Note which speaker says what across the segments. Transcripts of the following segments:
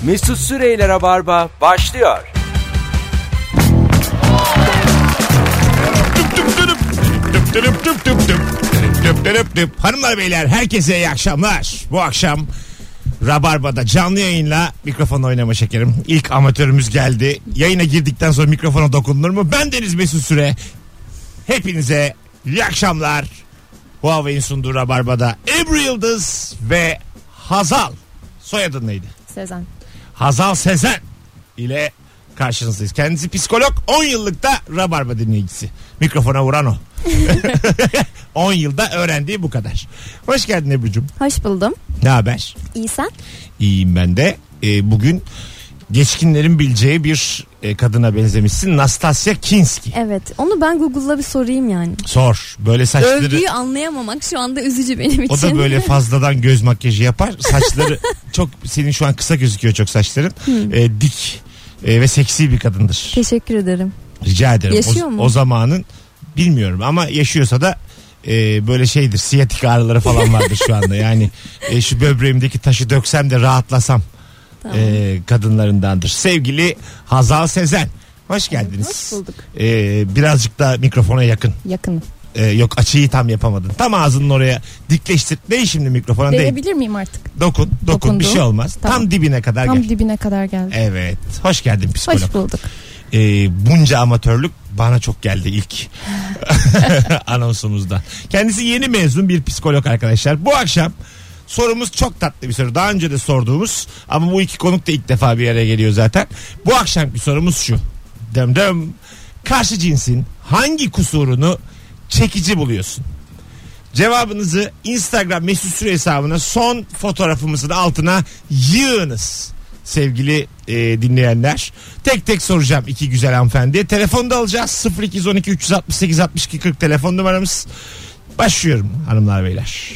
Speaker 1: Mesut Süreyler'e Barba başlıyor.
Speaker 2: Hanımlar beyler herkese iyi akşamlar. Bu akşam Rabarba'da canlı yayınla mikrofon oynama şekerim. İlk amatörümüz geldi. Yayına girdikten sonra mikrofona dokunulur mu? Ben Deniz Mesut Süre. Hepinize iyi akşamlar. Huawei'in sunduğu Rabarba'da Ebru Yıldız ve Hazal. Soyadın neydi?
Speaker 3: Sezen.
Speaker 2: Hazal Sezen ile karşınızdayız. Kendisi psikolog, 10 yıllık da Rabarba dinleyicisi. Mikrofona vuran o. 10 yılda öğrendiği bu kadar. Hoş geldin Ebru'cum.
Speaker 3: Hoş buldum.
Speaker 2: Ne haber?
Speaker 3: İyi sen?
Speaker 2: İyiyim ben de. Bugün geçkinlerin bileceği bir kadına benzemişsin. Nastasya Kinski.
Speaker 3: Evet. Onu ben Google'da bir sorayım yani.
Speaker 2: Sor. Böyle saçları...
Speaker 3: Övgüyü anlayamamak şu anda üzücü benim için.
Speaker 2: O da böyle fazladan göz makyajı yapar. Saçları çok... Senin şu an kısa gözüküyor çok saçların. Dik ve seksi bir kadındır.
Speaker 3: Teşekkür ederim.
Speaker 2: Rica ederim.
Speaker 3: Yaşıyor mu?
Speaker 2: O zamanın bilmiyorum ama yaşıyorsa da böyle şeydir. Siyatik ağrıları falan vardır şu anda. Yani şu böbreğimdeki taşı döksem de rahatlasam. Tamam. Kadınlarındandır. Sevgili Hazal Sezen. Hoş geldiniz.
Speaker 3: Hoş bulduk.
Speaker 2: Birazcık da mikrofona yakın.
Speaker 3: Yakınım.
Speaker 2: Yok açıyı tam yapamadın. Tam ağzının oraya dikleştir. Ne şimdi mikrofona değil.
Speaker 4: Değebilir miyim artık?
Speaker 2: Dokun.
Speaker 4: Dokundum.
Speaker 2: Bir şey olmaz.
Speaker 4: Tamam.
Speaker 2: Tam dibine kadar
Speaker 4: Tam
Speaker 2: gel.
Speaker 4: dibine kadar geldi.
Speaker 2: Evet. Hoş geldin psikolog.
Speaker 4: Hoş bulduk.
Speaker 2: Bunca amatörlük bana çok geldi ilk anonsumuzda. Kendisi yeni mezun bir psikolog arkadaşlar. Bu akşam sorumuz çok tatlı bir soru. Daha önce de sorduğumuz ama bu iki konuk da ilk defa bir araya geliyor zaten. Bu akşamki sorumuz şu. Karşı cinsin hangi kusurunu çekici buluyorsun? Cevabınızı Instagram Mesut Süre hesabına son fotoğrafımızın altına yığınız. Sevgili dinleyenler, tek tek soracağım iki güzel hanımefendiye. Telefonda alacağız. 0212 368 62 40 telefon numaramız. Başlıyorum hanımlar beyler.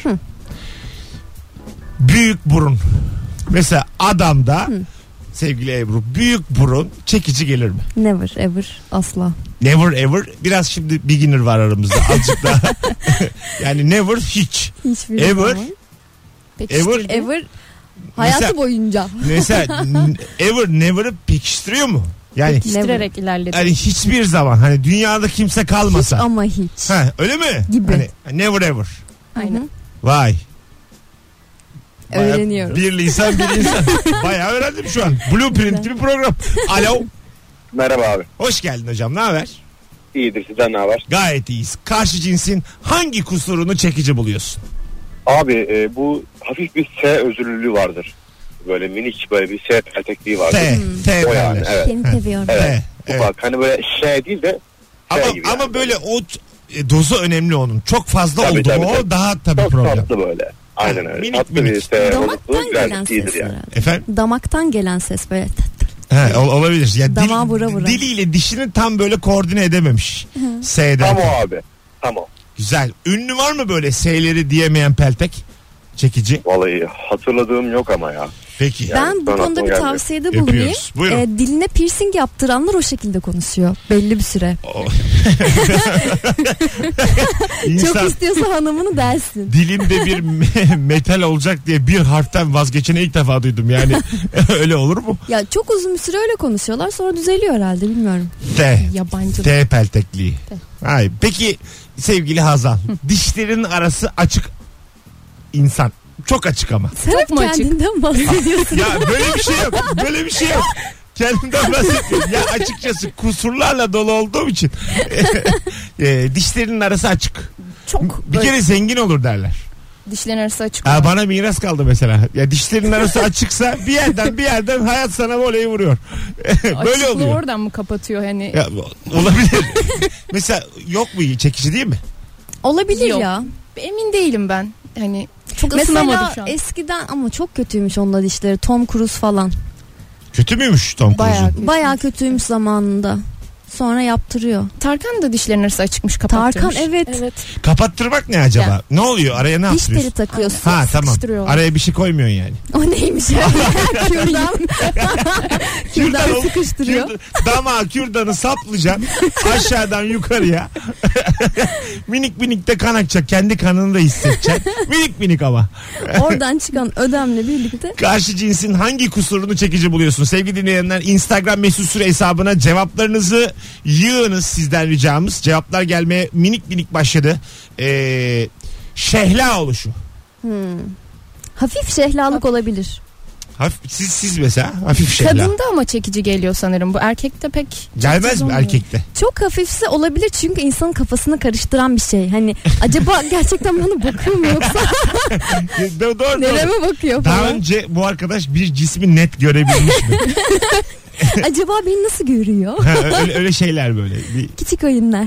Speaker 2: Büyük burun. Mesela adamda sevgili Ebru, büyük burun çekici gelir mi?
Speaker 3: Never ever asla.
Speaker 2: Never ever. Biraz şimdi beginner var aramızda. Azıcık daha. Yani never hiç.
Speaker 3: Hiçbir
Speaker 2: Ever.
Speaker 3: zaman. Ever. Hayatı
Speaker 2: Mesela,
Speaker 3: boyunca.
Speaker 2: Mesela ever never'ı pekiştiriyor mu? Yani
Speaker 4: Pekiştirerek ilerledim.
Speaker 2: hani hiçbir zaman hani dünyada kimse kalmasa.
Speaker 3: Hiç ama hiç.
Speaker 2: Ha, öyle mi?
Speaker 3: Gibi.
Speaker 2: Hani never ever.
Speaker 4: Aynen.
Speaker 2: Vay.
Speaker 3: Öğreniyoruz.
Speaker 2: Bir lisan bir insan. Bayağı öğrendim şu an. Blueprint gibi program. Alo.
Speaker 5: Merhaba abi.
Speaker 2: Hoş geldin hocam. Ne haber?
Speaker 5: İyidir, sizden ne haber?
Speaker 2: Gayet iyiyiz. Karşı cinsin hangi kusurunu çekici buluyorsun?
Speaker 5: Abi bu hafif bir S özürlülüğü vardır. Böyle minik böyle bir S peltekliği vardır.
Speaker 2: T
Speaker 5: O yani, evet.
Speaker 3: Seni seviyorum.
Speaker 5: Evet.
Speaker 2: Evet.
Speaker 5: Bak hani böyle şey değil de
Speaker 2: Ama,
Speaker 5: gibi
Speaker 2: ama
Speaker 5: yani.
Speaker 2: böyle o dozu önemli onun. Çok fazla
Speaker 5: Tabii,
Speaker 2: oldu
Speaker 5: tabii,
Speaker 2: mu o
Speaker 5: tabii.
Speaker 2: daha tabii
Speaker 5: çok
Speaker 2: problem.
Speaker 5: tatlı böyle. Aynen öyle.
Speaker 2: Minik,
Speaker 5: Tatlı
Speaker 2: minik.
Speaker 5: bir S
Speaker 3: Damaktan
Speaker 5: bozukluğu
Speaker 3: gelen
Speaker 5: gayet
Speaker 3: ses
Speaker 5: iyidir yani.
Speaker 3: herhalde.
Speaker 2: Efendim?
Speaker 3: Damaktan gelen ses böyle.
Speaker 2: He, olabilir. Ya
Speaker 3: Damağa vura vura.
Speaker 2: Diliyle dişini tam böyle koordine edememiş. S'den.
Speaker 5: Tam o abi. Tamam.
Speaker 2: Güzel. Ünlü var mı böyle S'leri diyemeyen peltek? Çekici.
Speaker 5: Vallahi hatırladığım yok ama ya.
Speaker 2: Peki.
Speaker 3: Ben bu
Speaker 5: sonra
Speaker 3: konuda bir
Speaker 5: aklıma geldi.
Speaker 3: tavsiyede bulunayım.
Speaker 2: Yapıyoruz. Buyurun.
Speaker 3: Diline piercing yaptıranlar o şekilde konuşuyor. Belli bir süre.
Speaker 2: İnsan
Speaker 3: Çok istiyorsa hanımını dersin.
Speaker 2: dilimde bir metal olacak diye bir harften vazgeçeni ilk defa duydum. Yani öyle olur mu?
Speaker 3: Ya çok uzun bir süre öyle konuşuyorlar, sonra düzeliyor herhalde, bilmiyorum.
Speaker 4: Yabancı.
Speaker 2: T peltekliği. Hayır. Peki sevgili Hazal, dişlerin arası açık insan. Çok açık ama.
Speaker 3: Sen hep
Speaker 4: mu açık?
Speaker 3: kendinden bahsediyorsun.
Speaker 2: Ya böyle bir şey yok. Böyle bir şey yok. Kendimden bahsediyorum. Ya açıkçası kusurlarla dolu olduğum için dişlerinin arası açık.
Speaker 4: Çok
Speaker 2: Bir kere zengin olur derler.
Speaker 4: dişlerin arası açık.
Speaker 2: Bana miras kaldı mesela. Ya dişlerin arası açıksa bir yerden hayat sana voleyi vuruyor. Böyle
Speaker 4: Açıklığı
Speaker 2: oluyor.
Speaker 4: oradan mı kapatıyor hani?
Speaker 2: Ya, olabilir. Mesela yok mu çekici değil mi?
Speaker 3: Olabilir
Speaker 4: Yok.
Speaker 3: ya.
Speaker 4: Emin değilim ben. Hani çok ısınamadım
Speaker 3: Mesela
Speaker 4: şu an.
Speaker 3: eskiden ama çok kötüymüş onda dişleri. Tom Cruise falan.
Speaker 2: Kötü müymüş Tom Cruise'un?
Speaker 4: Bayağı kötü.
Speaker 3: Bayağı kötüymüş zamanında. Sonra yaptırıyor.
Speaker 4: Tarkan da dişlerin arası açıkmış, kapattırmış.
Speaker 3: Tarkan evet.
Speaker 2: Kapattırmak ne acaba?
Speaker 4: Yani.
Speaker 2: Ne oluyor? Araya ne
Speaker 3: Diş teli
Speaker 2: yaptırıyorsun?
Speaker 3: takıyorsun.
Speaker 2: Ha tamam.
Speaker 4: Sıkıştırıyorlar.
Speaker 2: Araya bir şey koymuyorsun yani.
Speaker 3: O neymiş ya? Kürdan. Kürdan sıkıştırıyor.
Speaker 2: Kürdanı saplayacaksın aşağıdan yukarıya. Minik minik de kan akacak. Kendi kanını da hissedeceksin. Minik minik ama.
Speaker 3: Oradan çıkan ödemle birlikte.
Speaker 2: Karşı cinsin hangi kusurunu çekici buluyorsun? Sevgili dinleyenler, Instagram mesut süre hesabına cevaplarınızı yığınız, sizden ricamız. Cevaplar gelmeye minik minik başladı. Şehla oluşu.
Speaker 3: Hafif şehlalık olabilir.
Speaker 2: Siz mesela hafif şehla.
Speaker 4: Kadında ama çekici geliyor sanırım. Bu erkekte pek
Speaker 2: Gelmez
Speaker 4: çekici
Speaker 2: mi
Speaker 4: olmuyor.
Speaker 2: erkekte?
Speaker 3: Çok hafifse olabilir çünkü insanın kafasını karıştıran bir şey. Hani acaba gerçekten bana bakıyor mu yoksa
Speaker 2: Doğru.
Speaker 3: nereme bakıyor
Speaker 2: Daha
Speaker 3: falan.
Speaker 2: önce bu arkadaş bir cismi net görebilmiş mi?
Speaker 3: Acaba beni nasıl görüyor?
Speaker 2: öyle şeyler böyle.
Speaker 3: Küçük oyunlar.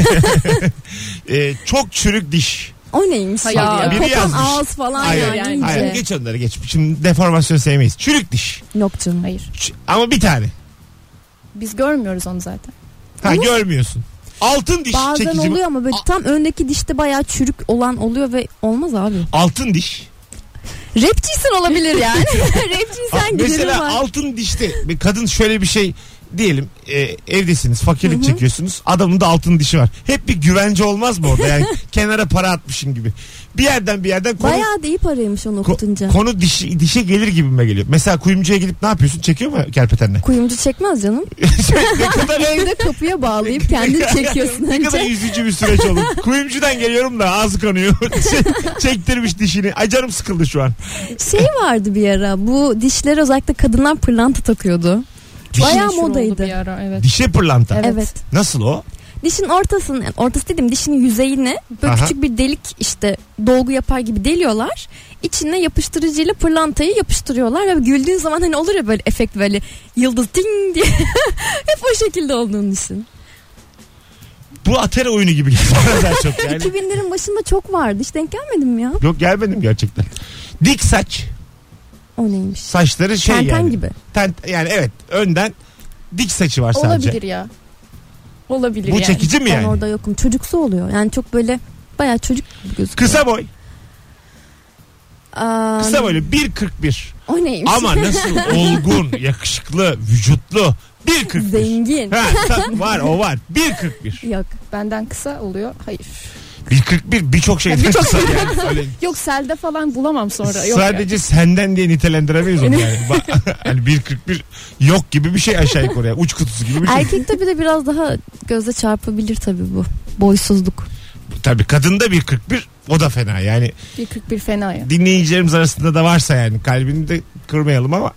Speaker 2: Çok çürük diş.
Speaker 3: O neymiş
Speaker 4: Hayır
Speaker 3: ya?
Speaker 4: ya.
Speaker 2: Biri
Speaker 3: Kopan
Speaker 2: yazmış.
Speaker 3: ağız falan
Speaker 2: Hayır,
Speaker 3: yani.
Speaker 2: hayır,
Speaker 3: iyice.
Speaker 2: geç onları geç. Şimdi deformasyon sevmeyiz. Çürük diş.
Speaker 3: Yok canım.
Speaker 4: Hayır.
Speaker 2: Ama bir tane.
Speaker 4: Biz görmüyoruz onu zaten.
Speaker 2: Ha, görmüyorsun. Altın diş
Speaker 3: Bazen
Speaker 2: çekici
Speaker 3: oluyor
Speaker 2: mi?
Speaker 3: ama böyle tam öndeki dişte bayağı çürük olan oluyor ve olmaz abi.
Speaker 2: Altın diş.
Speaker 3: Rapçiysen olabilir yani. Rapçiysen giderim
Speaker 2: Mesela
Speaker 3: var.
Speaker 2: altın dişte bir kadın şöyle bir şey diyelim, evdesiniz, fakirlik çekiyorsunuz, adamın da altın dişi var. Hep bir güvence olmaz mı orada? Yani kenara para atmışın gibi. Bir yerden konu,
Speaker 3: Bayağı da iyi paraymış onu okutunca.
Speaker 2: konu dişe gelir gibime geliyor. Mesela kuyumcuya gidip ne yapıyorsun? Çekiyor mu kerpetenle?
Speaker 3: Kuyumcu çekmez canım.
Speaker 2: Ne kadar
Speaker 3: Evde kapıya bağlayıp kendin çekiyorsun
Speaker 2: ne kadar
Speaker 3: önce.
Speaker 2: üzücü bir süreç olur. Kuyumcudan geliyorum da ağzı kanıyor. Çektirmiş dişini. Ay canım sıkıldı şu an.
Speaker 3: Şey vardı bir ara, bu dişlere özellikle kadınlar pırlanta takıyordu. Bayağı
Speaker 4: Meşhur oldu
Speaker 3: modaydı.
Speaker 4: bir ara, evet.
Speaker 2: Dişe pırlanta.
Speaker 3: Evet.
Speaker 2: Nasıl o?
Speaker 3: Dişin ortasını, yani ortası dedim, dişin yüzeyine böyle
Speaker 2: Aha.
Speaker 3: küçük bir delik, işte dolgu yapar gibi deliyorlar. İçine yapıştırıcıyla pırlantayı yapıştırıyorlar ve güldüğün zaman hani olur ya böyle efekt, böyle yıldız ding diye. Hep o şekilde olduğunu düşün.
Speaker 2: Bu Atari oyunu gibi geldi bana daha çok yani.
Speaker 3: 2000'lerin başında çok vardı. Hiç denk gelmedim mi ya?
Speaker 2: Yok, gelmedim gerçekten. Dik saç.
Speaker 3: O neymiş?
Speaker 2: Saçları şey
Speaker 3: Tenten
Speaker 2: yani.
Speaker 3: gibi.
Speaker 2: Yani evet, önden dik saçı var sadece.
Speaker 4: Olabilir ya. Olabilir
Speaker 2: Bu
Speaker 4: yani.
Speaker 2: çekici mi
Speaker 3: Ben
Speaker 2: yani?
Speaker 3: orada yokum. Çocuksu oluyor. Yani çok böyle bayağı çocuk gibi gözüküyor.
Speaker 2: Kısa boy.
Speaker 3: Aa,
Speaker 2: Kısa boylu 1.41.
Speaker 3: o neymiş?
Speaker 2: Ama nasıl olgun, yakışıklı, vücutlu. 1.41.
Speaker 3: Zengin.
Speaker 2: Ha, var, o var. 1.41.
Speaker 3: Yok.
Speaker 4: Benden kısa oluyor. Hayır.
Speaker 2: 1.41 birçok şeyden kısa yani. Öyle
Speaker 4: Yok, selde falan bulamam sonra. Yok
Speaker 2: sadece senden diye nitelendiremeyiz onu yani. Hani 1.41 yok gibi bir şey aşağı yukarı. Yani. Uç kutusu gibi bir şey.
Speaker 3: Erkekte bir de biraz daha göze çarpabilir tabii bu. Boysuzluk.
Speaker 2: Tabii kadında 1.41 o da fena yani.
Speaker 4: 1.41 fena ya.
Speaker 2: Dinleyicilerimiz arasında da varsa yani, kalbini de kırmayalım ama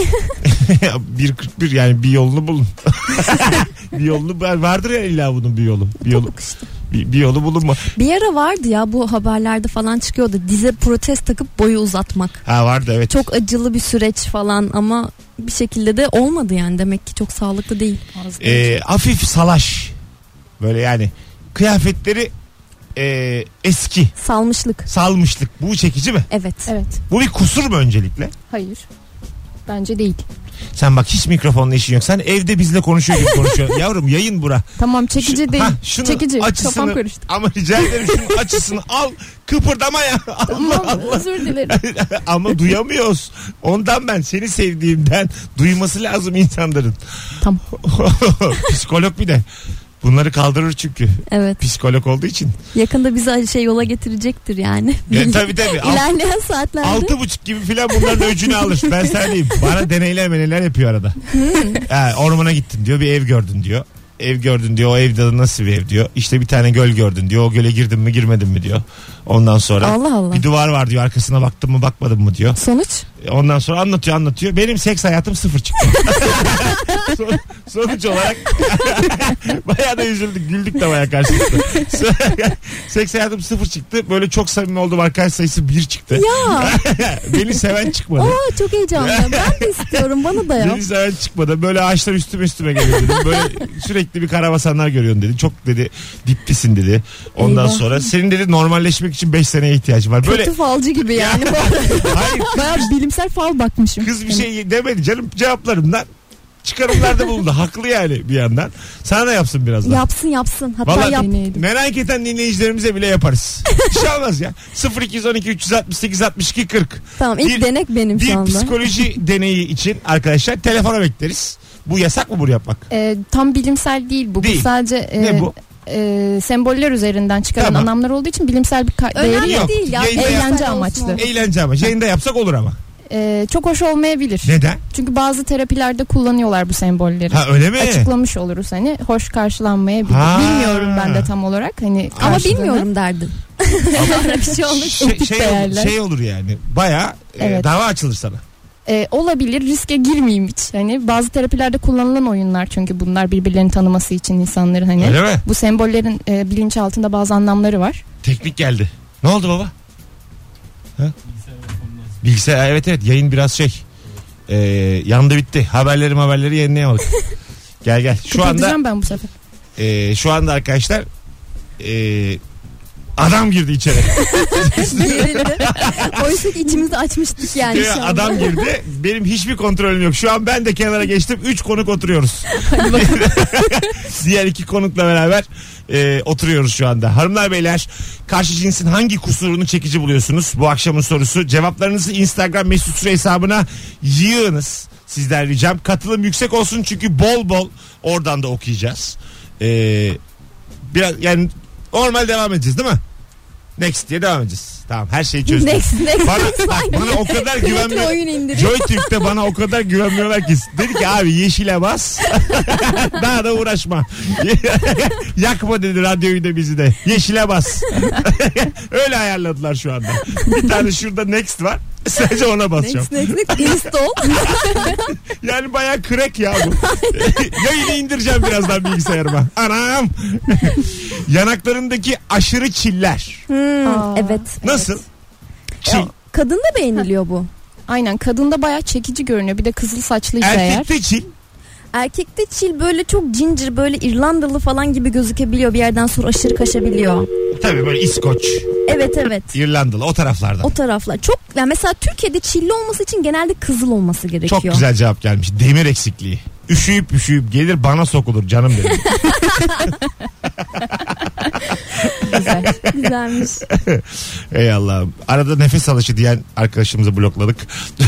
Speaker 2: 1.41 yani bir yolunu bulun. Bir yolunu vardır ya, illa bunun bir yolu. Bir yolu.
Speaker 3: Topuk işte.
Speaker 2: Bir yolu bulunma.
Speaker 3: Bir ara vardı ya, bu haberlerde falan çıkıyordu. Dize protez takıp boyu uzatmak.
Speaker 2: Ha, vardı evet.
Speaker 3: Çok acılı bir süreç falan ama bir şekilde de olmadı yani. Demek ki çok sağlıklı değil.
Speaker 2: Hafif salaş. Böyle yani kıyafetleri eski.
Speaker 3: Salmışlık.
Speaker 2: Salmışlık. Bu çekici mi?
Speaker 3: Evet.
Speaker 4: Evet.
Speaker 2: Bu bir kusur mu öncelikle?
Speaker 4: Hayır. Bence değil.
Speaker 2: Sen bak, hiç mikrofonla işin yok. Sen evde bizle konuşuyor gibi konuşuyorsun. Yavrum, yayın bura.
Speaker 4: Tamam, çekici değil.
Speaker 2: Şunun
Speaker 4: Çekici. Kafam
Speaker 2: açısını,
Speaker 4: karıştı.
Speaker 2: ama rica ederim şunun açısını al. Kıpırdama ya. Allah
Speaker 4: Tamam,
Speaker 2: Allah.
Speaker 4: özür dilerim.
Speaker 2: Ama duyamıyoruz. Ondan ben seni sevdiğimden duyması lazım insanların.
Speaker 4: Tamam.
Speaker 2: Psikolog bir de. Bunları kaldırır çünkü.
Speaker 3: Evet.
Speaker 2: Psikolog olduğu için.
Speaker 3: Yakında bizi yola getirecektir yani.
Speaker 2: Tabii.
Speaker 3: İlerleyen saatlerde.
Speaker 2: 6.30 gibi filan bunların öcünü alır. Ben söyleyeyim. Bana deneyler yapıyor arada. Ormana gittin diyor, bir ev gördün diyor. Ev gördün diyor, o evde nasıl bir ev diyor. İşte bir tane göl gördün diyor, o göle girdin mi girmedin mi diyor. Ondan sonra
Speaker 3: Allah Allah.
Speaker 2: bir duvar var diyor, arkasına baktın mı bakmadın mı diyor.
Speaker 3: Sonuç?
Speaker 2: Ondan sonra anlatıyor. Benim seks hayatım 0 çıktı. Sonuç olarak bayağı da üzüldük, güldük de bayağı karşılıklı. Seks hayatım 0 çıktı. Böyle çok samimi olduğum arkadaş sayısı 1 çıktı.
Speaker 3: Ya.
Speaker 2: Beni seven çıkmadı.
Speaker 3: Oo, çok heyecanlı. Ben de istiyorum. Bana da yap.
Speaker 2: Beni seven çıkmadı. Böyle ağaçlar üstüme geliyor dedi. Böyle sürekli bir karabasanlar görüyorsun dedi. Çok dedi dippisin dedi. Ondan
Speaker 3: Eyvah.
Speaker 2: sonra senin dedi normalleşmek için 5 seneye ihtiyacın var. Böyle
Speaker 3: Kötü falcı gibi yani.
Speaker 2: hayır,
Speaker 4: Bayağı bilimsel fal bakmışım.
Speaker 2: kız bir şey demedi canım, cevaplarımdan çıkarımlarda bulundu. Haklı yani bir yandan. Sana da yapsın birazdan.
Speaker 3: Yapsın. Hatta
Speaker 2: Vallahi merak eden dinleyicilerimize bile yaparız. Bir şey olmaz ya. 0212 368 62 40.
Speaker 3: Tamam, ilk denek benim şu anda.
Speaker 2: Bir psikoloji deneyi için arkadaşlar telefona bekleriz. Bu yasak mı bunu yapmak?
Speaker 4: Tam bilimsel değil bu.
Speaker 2: Değil.
Speaker 4: Bu sadece
Speaker 2: Ne bu?
Speaker 4: Semboller üzerinden çıkaran
Speaker 2: Tamam.
Speaker 4: anlamlar olduğu için bilimsel bir değeri
Speaker 3: Önemli
Speaker 4: yok.
Speaker 3: değil ya.
Speaker 2: Yayında
Speaker 4: Eğlence
Speaker 3: Olsun.
Speaker 4: amaçlı.
Speaker 2: Eğlence ama. Yayında yapsak olur ama.
Speaker 4: Çok hoş olmayabilir.
Speaker 2: Neden?
Speaker 4: Çünkü bazı terapilerde kullanıyorlar bu sembolleri.
Speaker 2: Ha öyle mi?
Speaker 4: Açıklamış oluruz hani, hoş karşılanmayabilir.
Speaker 2: Ha.
Speaker 4: Bilmiyorum ben de tam olarak hani.
Speaker 3: Ama
Speaker 4: karşılığını.
Speaker 3: bilmiyorum derdin. Sonra bir şey olur.
Speaker 4: Etik değerler.
Speaker 2: Şey olur yani. Bayağı
Speaker 4: Evet.
Speaker 2: dava açılır sana.
Speaker 4: Olabilir, riske girmeyeyim hiç. Hani bazı terapilerde kullanılan oyunlar, çünkü bunlar birbirlerini tanıması için insanların hani.
Speaker 2: Öyle mi?
Speaker 4: Bu sembollerin bilinç altında bazı anlamları var.
Speaker 2: Teknik geldi. Ne oldu baba? Ha? Bilgisayar evet yayın biraz yandı bitti. Haberleri yayınlayamadık. Gel. Şu
Speaker 4: Kapatacağım ben bu sefer.
Speaker 2: şu anda arkadaşlar adam girdi içeri.
Speaker 3: Oysa ki içimizi açmıştık yani şu anda.
Speaker 2: Adam girdi. Benim hiçbir kontrolüm yok. Şu an ben de kenara geçtim. 3 konuk oturuyoruz. Diğer 2 konukla beraber oturuyoruz şu anda. Hanımlar beyler, karşı cinsin hangi kusurunu çekici buluyorsunuz? Bu akşamın sorusu. Cevaplarınızı Instagram mesut süre hesabına yığınız. Sizden ricam. Katılım yüksek olsun çünkü bol bol oradan da okuyacağız. Biraz yani normal devam edeceğiz değil mi? Next diye devam edeceğiz. Tamam, her şeyi çözdüm.
Speaker 3: Next.
Speaker 2: Bana o kadar güvenmiyor.
Speaker 3: Oyun indiriyor.
Speaker 2: Joytürk'te bana o kadar güvenmiyorlar ki. Dedi ki abi yeşile bas. Daha da uğraşma. Yakma dedi radyoyu da bizi de. Yeşile bas. Öyle ayarladılar şu anda. Bir tane şurada next var. Sadece ona basacağım.
Speaker 3: Next. Install.
Speaker 2: Yani bayağı crack ya bu. Yayını indireceğim birazdan bilgisayarıma. Anam. Yanaklarındaki aşırı çiller.
Speaker 3: Evet.
Speaker 2: Nasıl? Çil.
Speaker 3: Kadında beğeniliyor bu.
Speaker 4: Aynen, kadında bayağı çekici görünüyor. Bir de kızıl saçlıysa eğer.
Speaker 2: Erkekte çil.
Speaker 3: Erkekte çil böyle çok ginger, böyle İrlandalı falan gibi gözükebiliyor. Bir yerden sonra aşırı kaşabiliyor.
Speaker 2: Tabii böyle İskoç.
Speaker 3: Evet.
Speaker 2: İrlandalı o taraflardan.
Speaker 3: O taraflar. Çok yani mesela Türkiye'de çilli olması için genelde kızıl olması gerekiyor.
Speaker 2: Çok güzel cevap gelmiş. Demir eksikliği. Üşüyüp gelir bana sokulur canım benim.
Speaker 4: Güzel.
Speaker 3: Güzelmiş.
Speaker 2: Ey Allah'ım. Arada nefes alışı diyen arkadaşımızı blokladık.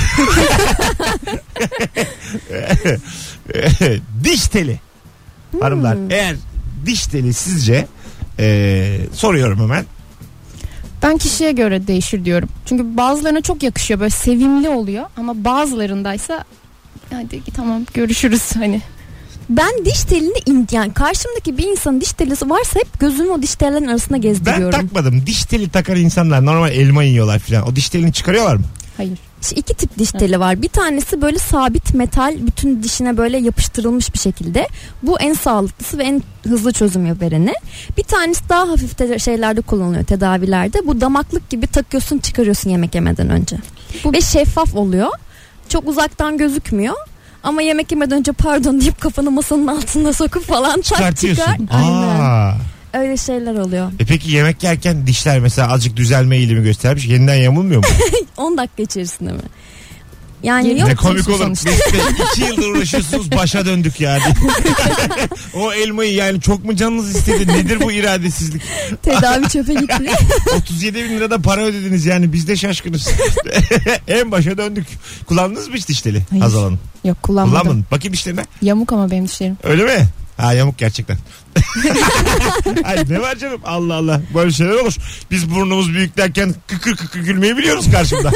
Speaker 2: Diş teli. Hanımlar, eğer diş teli sizce soruyorum hemen.
Speaker 4: Ben kişiye göre değişir diyorum. Çünkü bazılarına çok yakışıyor, böyle sevimli oluyor, ama bazılarındaysa hadi tamam görüşürüz hani.
Speaker 3: Ben diş telini yani karşımdaki bir insanın diş telisi varsa hep gözümü o diş tellerin arasında
Speaker 2: Ben
Speaker 3: gezdiriyorum.
Speaker 2: takmadım. Diş teli takan insanlar normal elma yiyorlar falan. O diş telini çıkarıyorlar mı?
Speaker 4: Hayır.
Speaker 3: İşte 2 tip diş teli var. Bir tanesi böyle sabit metal, bütün dişine böyle yapıştırılmış bir şekilde. Bu en sağlıklısı ve en hızlı çözüm vereni. Bir tanesi daha hafif şeylerde kullanılıyor, tedavilerde. Bu damaklık gibi takıyorsun, çıkarıyorsun yemek yemeden önce. Ve şeffaf oluyor. Çok uzaktan gözükmüyor. Ama yemek yemeden önce pardon deyip kafanı masanın altında sokup falan
Speaker 2: Çıkartıyorsun.
Speaker 3: çıkar. Aynen.
Speaker 2: Aa.
Speaker 3: Öyle şeyler oluyor.
Speaker 2: Peki yemek yerken dişler mesela azıcık düzelme eğilimi göstermiş. Yeniden yamulmuyor mu?
Speaker 3: 10 dakika içerisinde mi? Yani
Speaker 4: Yok,
Speaker 2: Ne komik olur.
Speaker 4: sonuçta.
Speaker 2: 2 yıldır uğraşıyorsunuz, başa döndük yani. O elmayı yani çok mu canınız istedi? Nedir bu iradesizlik?
Speaker 3: tedavi çöpe gitti.
Speaker 2: 37 bin lirada para ödediniz yani, biz de şaşkınız. En başa döndük. Kullandınız mı hiç diş teli?
Speaker 4: Hayır.
Speaker 2: Hazal Hanım.
Speaker 4: Yok, kullanmadım.
Speaker 2: Kullanmadın. Bakayım dişlerine.
Speaker 4: Yamuk ama benim dişlerim.
Speaker 2: Öyle mi? Ha, yamuk gerçekten. Ay ne var canım, Allah Allah, böyle şeyler olur. Biz burnumuz büyük derken kıkır kıkır gülmeyi biliyoruz karşımda.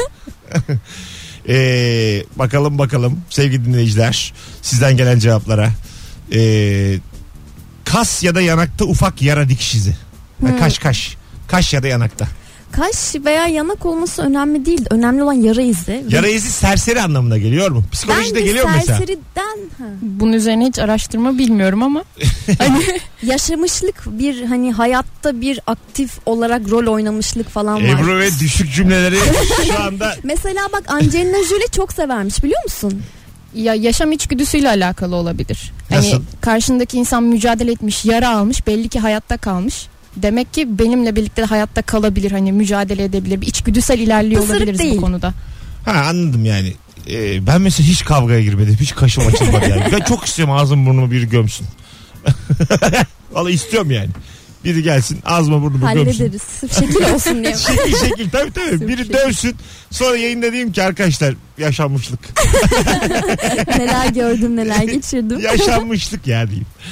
Speaker 2: Bakalım sevgili dinleyiciler, sizden gelen cevaplara. Kas ya da yanakta ufak yara dikiş izi. Kaş ya da yanakta.
Speaker 3: Kaş veya yanak olması önemli değil. Önemli olan yara izi.
Speaker 2: Yara izi serseri anlamına geliyor mu? Psikolojide
Speaker 3: Ben de
Speaker 2: geliyor mu mesela?
Speaker 3: serseriden
Speaker 4: Bunun üzerine hiç araştırma bilmiyorum ama.
Speaker 3: yaşamışlık, bir hani hayatta bir aktif olarak rol oynamışlık falan var.
Speaker 2: Ebru ve düşük cümleleri şu anda.
Speaker 3: Mesela bak, Angelina Jolie çok severmiş, biliyor musun?
Speaker 4: Ya yaşam içgüdüsüyle alakalı olabilir.
Speaker 2: Nasıl?
Speaker 4: Hani karşındaki insan mücadele etmiş, yara almış, belli ki hayatta kalmış. Demek ki benimle birlikte de hayatta kalabilir, hani mücadele edebilir. Bir içgüdüsel ilerliyor
Speaker 3: Pısırık
Speaker 4: olabiliriz
Speaker 3: değil.
Speaker 4: bu konuda.
Speaker 2: Ha, anladım yani. Ben mesela hiç kavgaya girmedim. Hiç kaşım açılmadı yani. Ben çok istiyorum ağzım burnumu biri gömsün. Vallahi istiyorum yani. Biri gelsin ağzıma burnumu gömsün.
Speaker 3: Hallederiz. Şekil olsun diye.
Speaker 2: Şekil tabii. Biri dövsün. Sonra yayında diyeyim ki arkadaşlar yaşanmışlık.
Speaker 3: Neler gördüm neler geçirdim.
Speaker 2: Yaşanmışlık ya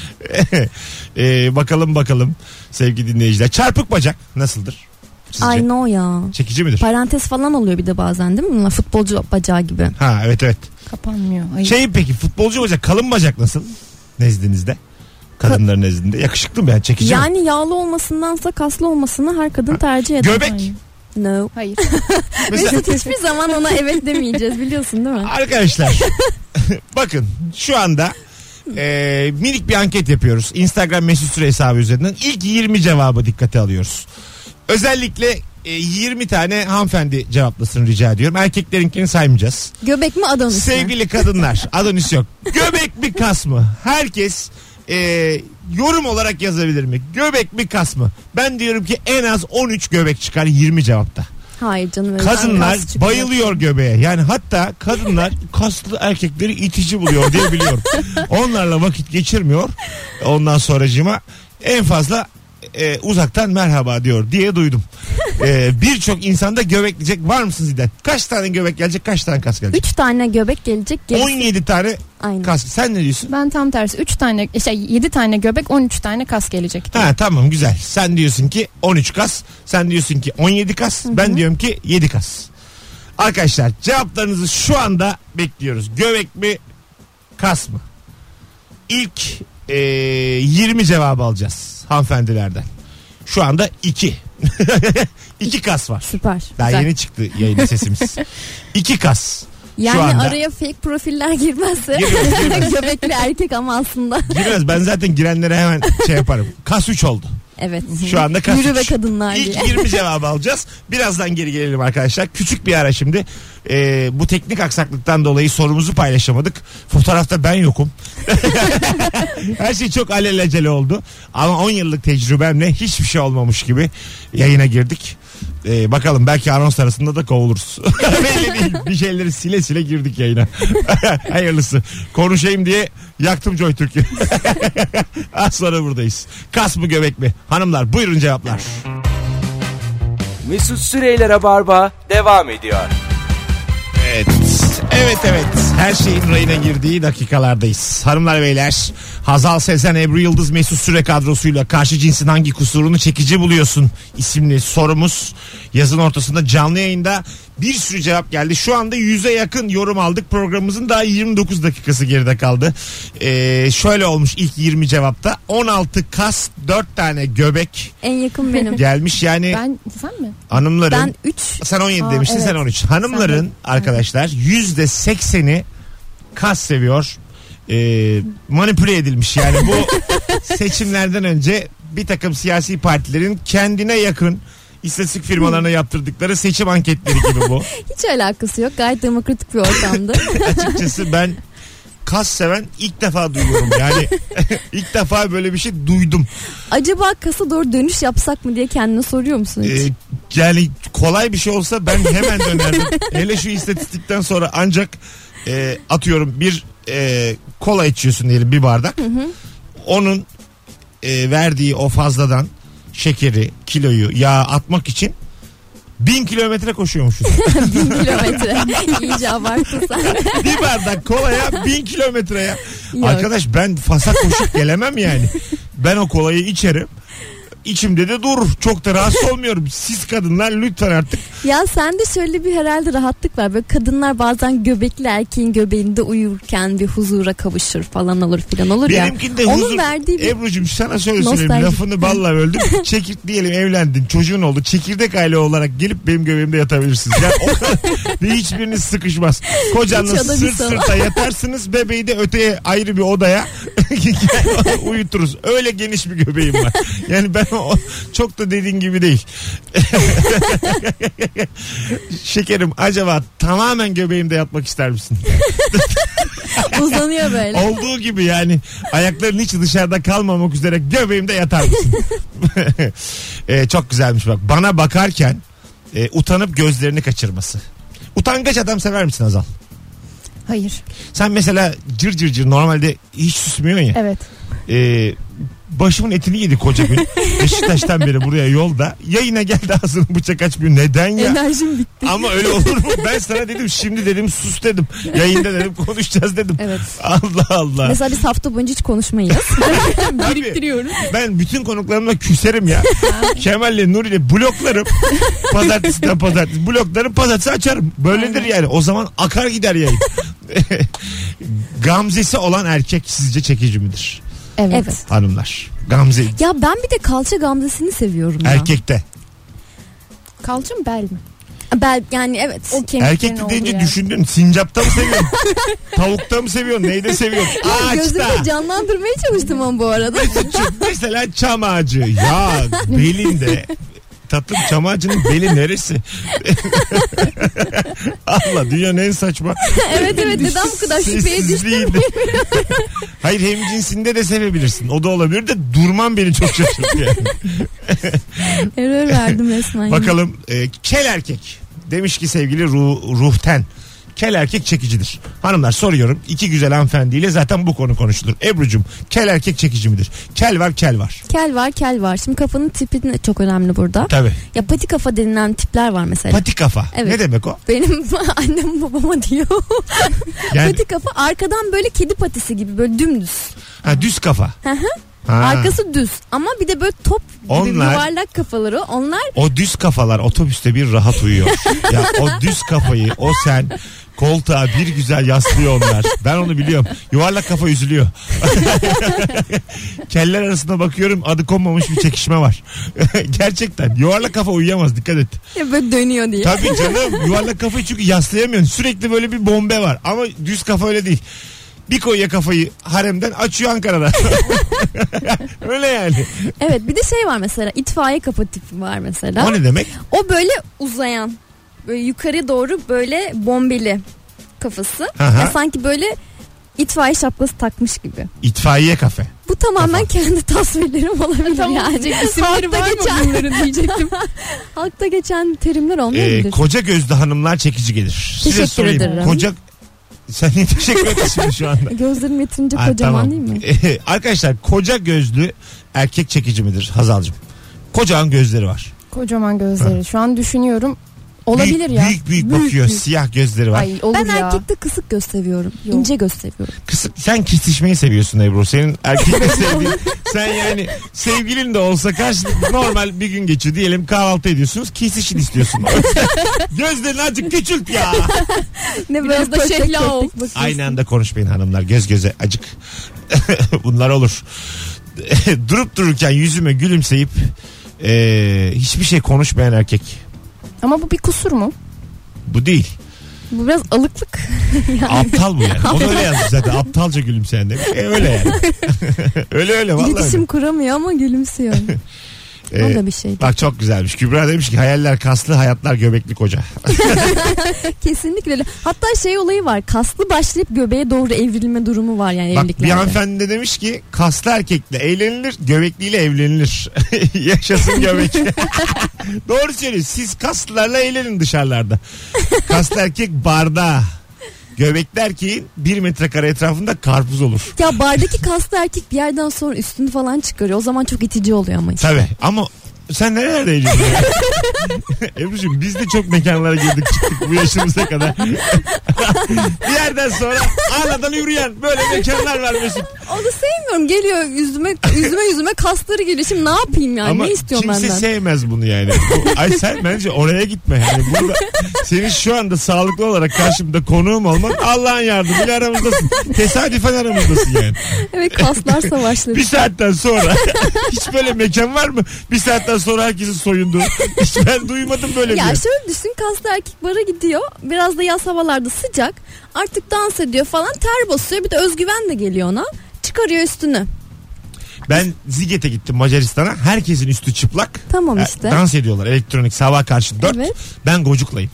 Speaker 2: diyeyim. Bakalım sevgili dinleyiciler. Çarpık bacak nasıldır? Sizce?
Speaker 3: Ay no ya.
Speaker 2: Çekici midir?
Speaker 3: Parantez falan oluyor bir de bazen değil mi? Futbolcu bacağı gibi.
Speaker 2: Ha evet.
Speaker 4: Kapanmıyor. Hayır.
Speaker 2: Peki futbolcu bacak kalın bacak nasıl? Nezdinizde. Kadınların nezdinde. Yakışıklı mı yani çekici mi?
Speaker 3: Yani yağlı olmasındansa kaslı olmasını her kadın tercih eder.
Speaker 2: Göbek.
Speaker 3: No.
Speaker 4: Hayır.
Speaker 2: Mesela
Speaker 3: Hiçbir zaman ona evet demeyeceğiz biliyorsun değil mi?
Speaker 2: arkadaşlar bakın şu anda minik bir anket yapıyoruz. Instagram mesut süre hesabı üzerinden. İlk 20 cevabı dikkate alıyoruz. Özellikle 20 tane hanımefendi cevaplasın rica ediyorum. Erkeklerinkini saymayacağız.
Speaker 3: Göbek mi Adonis mi?
Speaker 2: Sevgili kadınlar Adonis yok. Göbek mi kas mı? Herkes yorum olarak yazabilir mi? Göbek mi kas mı? Ben diyorum ki en az 13 göbek çıkar 20 cevapta.
Speaker 3: Hayır canım. öyle
Speaker 2: Kadınlar
Speaker 3: kas çıkıyor.
Speaker 2: bayılıyor göbeğe. Yani hatta kadınlar kaslı erkekleri itici buluyor diye biliyorum. Onlarla vakit geçirmiyor. Ondan sonracığıma en fazla uzaktan merhaba diyor diye duydum. Birçok insanda göbek diyecek. Var mısın Zidane? Kaç tane göbek gelecek, kaç tane kas gelecek?
Speaker 3: 3 tane göbek gelecek. Gerisi...
Speaker 2: 17 tane
Speaker 3: Aynen.
Speaker 2: kas. Sen ne diyorsun?
Speaker 4: Ben tam tersi 7 tane göbek 13 tane kas gelecek.
Speaker 2: Ha tamam güzel. Sen diyorsun ki 13 kas. Sen diyorsun ki 17 kas.
Speaker 3: Hı-hı.
Speaker 2: Ben diyorum ki 7 kas. Arkadaşlar cevaplarınızı şu anda bekliyoruz. Göbek mi kas mı? İlk 20 cevabı alacağız hanımefendilerden. Şu anda 2. 2 kas var.
Speaker 3: Süper.
Speaker 2: Daha
Speaker 3: güzel.
Speaker 2: yeni çıktı yayında sesimiz. 2 kas.
Speaker 3: Yani
Speaker 2: Şu anda
Speaker 3: araya fake profiller girmezse
Speaker 2: Girmez.
Speaker 3: göbekli erkek ama aslında.
Speaker 2: girmez. Ben zaten girenlere hemen şey yaparım. Kas 3 oldu.
Speaker 3: Evet.
Speaker 2: Şu anda kas
Speaker 3: Yürü
Speaker 2: 3.
Speaker 3: ve kadınlar diye.
Speaker 2: İlk 20 cevabı alacağız. Birazdan geri gelelim arkadaşlar. Küçük bir ara şimdi. Bu teknik aksaklıktan dolayı sorumuzu paylaşamadık. Fotoğrafta ben yokum. Her şey çok alelacele oldu. Ama 10 yıllık tecrübemle hiçbir şey olmamış gibi yayına girdik. Bakalım belki anons arasında da kovuluruz. Belli değil. Bir şeyleri sile sile girdik yayına. Hayırlısı. Konuşayım diye yaktım JoyTürk'ü. Az sonra buradayız. Kas mı göbek mi? Hanımlar buyurun cevaplar.
Speaker 1: Mesut Süreyler'e barba devam ediyor.
Speaker 2: Evet. Her şeyin rayına girdiği dakikalardayız. Hanımlar beyler, Hazal Sezen, Ebru Yıldız, Mesut Süre kadrosuyla karşı cinsin hangi kusurunu çekici buluyorsun isimli sorumuz. Yazın ortasında canlı yayında bir sürü cevap geldi. Şu anda 100'e yakın yorum aldık. Programımızın daha 29 dakikası geride kaldı. Şöyle olmuş ilk 20 cevapta. 16 kas, 4 tane göbek
Speaker 3: En yakın benim.
Speaker 2: gelmiş. Yani
Speaker 4: Sen mi?
Speaker 2: hanımların...
Speaker 3: Ben 3.
Speaker 2: Sen 17
Speaker 4: Aa,
Speaker 2: demiştin,
Speaker 4: evet.
Speaker 2: sen 13. Hanımların arkadaşlar %80'i kas seviyor. Manipüle edilmiş yani bu seçimlerden önce bir takım siyasi partilerin kendine yakın istatistik firmalarına yaptırdıkları seçim anketleri gibi bu.
Speaker 3: Hiç alakası yok. Gayet demokratik bir ortamdı.
Speaker 2: Açıkçası ben kas seven ilk defa duyuyorum yani ilk defa böyle bir şey duydum.
Speaker 3: Acaba kasa doğru dönüş yapsak mı diye kendine soruyor musun hiç?
Speaker 2: Yani kolay bir şey olsa ben hemen dönerdim. Hele şu istatistikten sonra ancak atıyorum bir kola içiyorsun diyelim bir bardak.
Speaker 3: Hı hı.
Speaker 2: Onun verdiği o fazladan şekeri, kiloyu, yağı atmak için 1000 kilometre koşuyormuşuz.
Speaker 3: 1000 kilometre. İyice abarttın sen.
Speaker 2: Bir bardak kolaya 1000 kilometreye.
Speaker 3: Yok.
Speaker 2: Arkadaş ben fasa koşup gelemem yani. Ben o kolayı içerim. İçimde de durur. Çok da rahatsız olmuyorum. Siz kadınlar lütfen artık.
Speaker 3: Ya sende şöyle bir herhalde rahatlık var. Böyle kadınlar bazen göbekli erkeğin göbeğinde uyurken bir huzura kavuşur falan olur filan olur ya.
Speaker 2: Benimkinde
Speaker 3: Onun
Speaker 2: huzur.
Speaker 3: verdiği bir
Speaker 2: Ebru'cum sana şöyle söyleyeyim.
Speaker 3: nostalji.
Speaker 2: Lafını balla öldüm. Diyelim evlendin. Çocuğun oldu. Çekirdek aile olarak gelip benim göbeğimde yatabilirsiniz. Yani o kadar ve hiçbiriniz sıkışmaz. Kocanla
Speaker 3: Hiç o da bir
Speaker 2: sırt
Speaker 3: sabah.
Speaker 2: sırta yatarsınız. Bebeği de öteye ayrı bir odaya uyuturuz. Öyle geniş bir göbeğim var. Yani ben çok da dediğin gibi değil. Şekerim acaba tamamen göbeğimde yatmak ister misin?
Speaker 3: uzanıyor böyle.
Speaker 2: Olduğu gibi yani ayakların hiç dışarıda kalmamak üzere göbeğimde yatar mısın? Çok güzelmiş bak. Bana bakarken utanıp gözlerini kaçırması. Utangaç adam sever misin Azal?
Speaker 4: Hayır.
Speaker 2: Sen mesela cır cır cır normalde hiç susmuyorsun ya.
Speaker 4: Evet.
Speaker 2: Başımın etini yedi koca gün. Beşiktaş'tan beri buraya yolda. Yayına geldi ağzını bıçak açmıyor. Neden ya?
Speaker 3: Enerjim bitti.
Speaker 2: Ama öyle olur mu? Ben sana dedim şimdi dedim sus dedim. Yayında dedim konuşacağız dedim.
Speaker 3: Evet.
Speaker 2: Allah Allah.
Speaker 3: Mesela biz hafta boyunca hiç konuşmayız.
Speaker 4: Biriktiriyoruz.
Speaker 2: Ben bütün konuklarımla küserim ya. Kemal'le Nuri'yle bloklarım. Pazartesiden pazartesi. Bloklarım pazartesi açarım. Böyledir yani. O zaman akar gider yayın. Gamzesi olan erkek sizce çekici midir?
Speaker 3: Evet.
Speaker 2: Hanımlar. Gamze.
Speaker 3: Ya ben bir de kalça gamzesini seviyorum ya.
Speaker 2: Erkekte.
Speaker 4: Kalça mı bel mi?
Speaker 3: Ben yani evet.
Speaker 4: O kemiklerin
Speaker 2: Erkekte
Speaker 4: olduğu
Speaker 2: deyince
Speaker 4: yer.
Speaker 2: düşündün. Sincapta mı seviyorsun? Tavukta mı seviyorsun? Neyde seviyorsun?
Speaker 3: Gözümde
Speaker 2: Ağaçta.
Speaker 3: canlandırmaya çalıştım ama bu arada.
Speaker 2: Mesela çam ağacı. Ya belinde. Tatlım çam ağacının beli neresi? Allah dünyanın en saçma.
Speaker 3: evet neden bu kadar şüpheye düştüm?
Speaker 2: Sessizliğinde. Hayır hem cinsinde de sevebilirsin. O da olabilir de durman beni çok şaşırttı yani.
Speaker 3: Error verdim resmen.
Speaker 2: Bakalım kel erkek. Demiş ki sevgili Ruhten. Kel erkek çekicidir. Hanımlar soruyorum. İki güzel hanımefendiyle zaten bu konu konuşulur. Ebru'cum kel erkek çekici midir? Kel var.
Speaker 3: Kel var. Şimdi kafanın tipi de çok önemli burada.
Speaker 2: Tabii.
Speaker 3: Ya pati kafa denilen tipler var mesela.
Speaker 2: Pati kafa.
Speaker 3: Evet.
Speaker 2: Ne demek o?
Speaker 3: Benim annem babama diyor.
Speaker 2: Yani,
Speaker 3: Pati kafa arkadan böyle kedi patisi gibi böyle dümdüz.
Speaker 2: ha, düz kafa.
Speaker 3: Hı hı.
Speaker 2: Ha.
Speaker 3: Arkası düz ama bir de böyle top gibi
Speaker 2: Onlar-
Speaker 3: yuvarlak kafaları. Onlar
Speaker 2: O düz kafalar otobüste bir rahat uyuyor. Ya o düz kafayı o sen koltuğa bir güzel yaslıyor onlar. Ben onu biliyorum. Yuvarlak kafa üzülüyor. Keller arasında bakıyorum adı konmamış bir çekişme var. Gerçekten yuvarlak kafa uyuyamaz dikkat et.
Speaker 3: ya böyle dönüyor diye.
Speaker 2: Tabii canım yuvarlak kafayı çünkü yaslayamıyorsun. Sürekli böyle bir bombe var ama düz kafa öyle değil. Bir koyuya kafayı haremden açıyor Ankara'da. Öyle yani.
Speaker 3: Evet bir de şey var mesela itfaiye kafa tipi var mesela.
Speaker 2: O ne demek?
Speaker 3: O böyle uzayan böyle yukarı doğru böyle bombeli kafası.
Speaker 2: Aha.
Speaker 3: Ya sanki böyle itfaiye şapkası takmış gibi.
Speaker 2: İtfaiye kafe.
Speaker 3: Bu tamamen
Speaker 2: Kafa.
Speaker 3: kendi tasvirlerim olabilir
Speaker 4: Tamam,
Speaker 3: yani.
Speaker 4: diyecek isimleri var mı bunların diyecektim.
Speaker 3: Halkta geçen terimler olmayabilir.
Speaker 2: Koca gözlü hanımlar çekici gelir. Size
Speaker 3: Teşekkür
Speaker 2: sorayım.
Speaker 3: ederim.
Speaker 2: Koca sen niye teşekkür edersin şu anda?
Speaker 3: Gözlerim yeterince
Speaker 2: Ha,
Speaker 3: kocaman
Speaker 2: tamam.
Speaker 3: değil mi?
Speaker 2: Arkadaşlar koca gözlü erkek çekici midir Hazal'cığım? Kocaman gözleri var.
Speaker 4: Kocaman gözleri. Şu an düşünüyorum. Olabilir
Speaker 2: büyük,
Speaker 4: ya.
Speaker 2: Büyük bakıyor. Siyah gözleri var.
Speaker 4: Ay olur
Speaker 3: Ben
Speaker 4: ya.
Speaker 3: erkekte kısık göz seviyorum.
Speaker 4: Yok.
Speaker 3: İnce göz seviyorum.
Speaker 2: Sen kesişmeyi seviyorsun Ebru. Senin erkekle sevdiğin. Sen yani sevgilin de olsa karşılıklı normal bir gün geçiyor. Diyelim kahvaltı ediyorsunuz. Kesişin istiyorsun. O yüzden gözlerini azıcık küçült ya.
Speaker 3: Ne
Speaker 4: Biraz da şehla ol.
Speaker 2: Aynı anda konuşmayın hanımlar. Göz göze acık. Bunlar olur. Durup dururken yüzüme gülümseyip hiçbir şey konuşmayan erkek.
Speaker 4: Ama bu bir kusur mu?
Speaker 2: Bu değil.
Speaker 3: Bu biraz alıklık.
Speaker 2: Aptal bu yani. Onu öyle yazmış zaten. Aptalca gülümseyen demiş. Öyle yani. öyle vallahi.
Speaker 3: İletişim
Speaker 2: öyle.
Speaker 3: kuramıyor ama gülümsüyor. O da bir şey.
Speaker 2: Bak çok güzelmiş. Kübra demiş ki hayaller kaslı, hayatlar göbekli koca.
Speaker 3: Kesinlikle öyle. Hatta şey olayı var. Kaslı başlayıp göbeğe doğru evrilme durumu var yani
Speaker 2: Bak bir
Speaker 3: evliliklerde.
Speaker 2: hanımefendi de demiş ki kaslı erkekle eğlenilir, göbekliyle evlenilir. Yaşasın göbek. Doğru söylüyor. Siz kaslılarla eğlenin dışarılarda. Kaslı erkek barda. Göbekli erkeğin 1 metrekare etrafında karpuz olur.
Speaker 3: Ya bardaki kaslı erkek bir yerden sonra üstünü falan çıkarıyor. O zaman çok itici oluyor ama işte.
Speaker 2: Tabii ama sen nerelerde eğleniyorsun ya? Ebru'cum biz de çok mekanlara girdik çıktık bu yaşımıza kadar. Bir yerden sonra anadan yürüyen böyle mekanlar var Mesut.
Speaker 3: Onu sevmiyorum. Geliyor yüzüme kasları geliyor. Şimdi ne yapayım yani?
Speaker 2: Ama
Speaker 3: ne istiyorum
Speaker 2: kimse
Speaker 3: benden?
Speaker 2: sevmez bunu yani. Ay sen bence oraya gitme yani. Burada senin şu anda sağlıklı olarak karşımda konuğum olman Allah'ın yardımıyla aramızdasın. Tesadüfen aramızdasın yani.
Speaker 3: Evet kaslar savaşları.
Speaker 2: Bir saatten sonra hiç böyle mekan var mı? Bir saatten sonra herkesin soyunduğu. Hiç ben duymadım böyle bir
Speaker 3: Ya
Speaker 2: yer.
Speaker 3: şöyle düşün, kaslı erkek bara gidiyor. Biraz da yaz havalarda sıcak. Artık dans ediyor falan, ter basıyor. Bir de özgüven de geliyor ona. Çıkarıyor üstünü.
Speaker 2: Ben Ziget'e gittim Macaristan'a. Herkesin üstü çıplak.
Speaker 3: Tamam işte.
Speaker 2: Dans ediyorlar elektronik sabah karşı 4.
Speaker 3: Evet.
Speaker 2: Ben gocuklayım.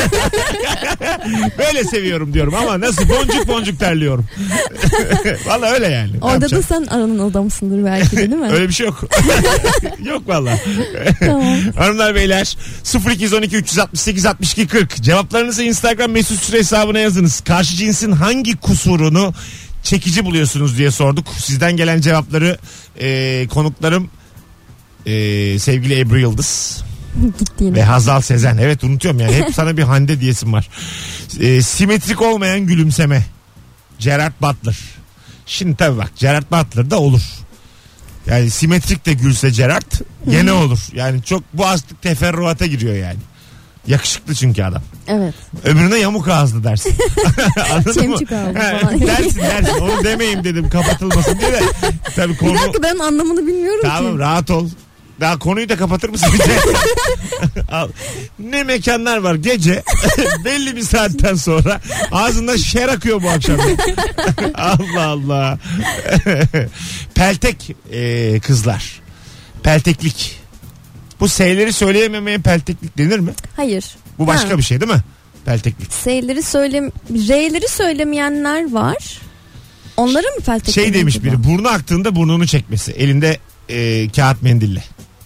Speaker 2: Böyle seviyorum diyorum ama nasıl boncuk boncuk terliyorum. Valla öyle yani.
Speaker 3: Orada da sen aranın adamsındır belki de, değil mi?
Speaker 2: Öyle bir şey yok. Yok valla.
Speaker 3: Tamam.
Speaker 2: Hanımlar beyler 0212 368 62 40 cevaplarınızı Instagram mesut süre hesabına yazınız. Karşı cinsin hangi kusurunu çekici buluyorsunuz diye sorduk. Sizden gelen cevapları konuklarım sevgili Ebru Yıldız
Speaker 3: Gittiğini.
Speaker 2: ve Hazal Sezen. Evet unutuyorum yani hep sana bir Hande diyesim var. Simetrik olmayan gülümseme. Gerard Butler. Şimdi tabii bak Gerard Butler da olur. Yani simetrik de gülse Gerard gene olur. Yani çok bu artık teferruata giriyor yani. Yakışıklı çünkü adam.
Speaker 3: Evet.
Speaker 2: Öbürüne yamuk ağızlı dersin. Anladın mı?
Speaker 3: Çemçük ağızlı
Speaker 2: Ha,
Speaker 3: falan.
Speaker 2: dersin. Onu demeyeyim dedim kapatılmasın diye de. Tabii konu...
Speaker 3: Bir dakika, ben anlamını bilmiyorum
Speaker 2: Tamam
Speaker 3: ki.
Speaker 2: rahat ol. Daha konuyu da kapatır mısın? Al. Ne mekanlar var gece belli bir saatten sonra ağzından şer akıyor bu akşam. Allah Allah. Peltek kızlar. Pelteklik. Bu S'leri söyleyememeye pelteklik denir mi?
Speaker 3: Hayır.
Speaker 2: Bu başka
Speaker 3: Ha.
Speaker 2: bir şey değil mi? Pelteklik.
Speaker 3: R'leri söylemeyenler var. Onlara mı peltek?
Speaker 2: Şey demiş biri, burnu aktığında burnunu çekmesi. Elinde kağıt mendille.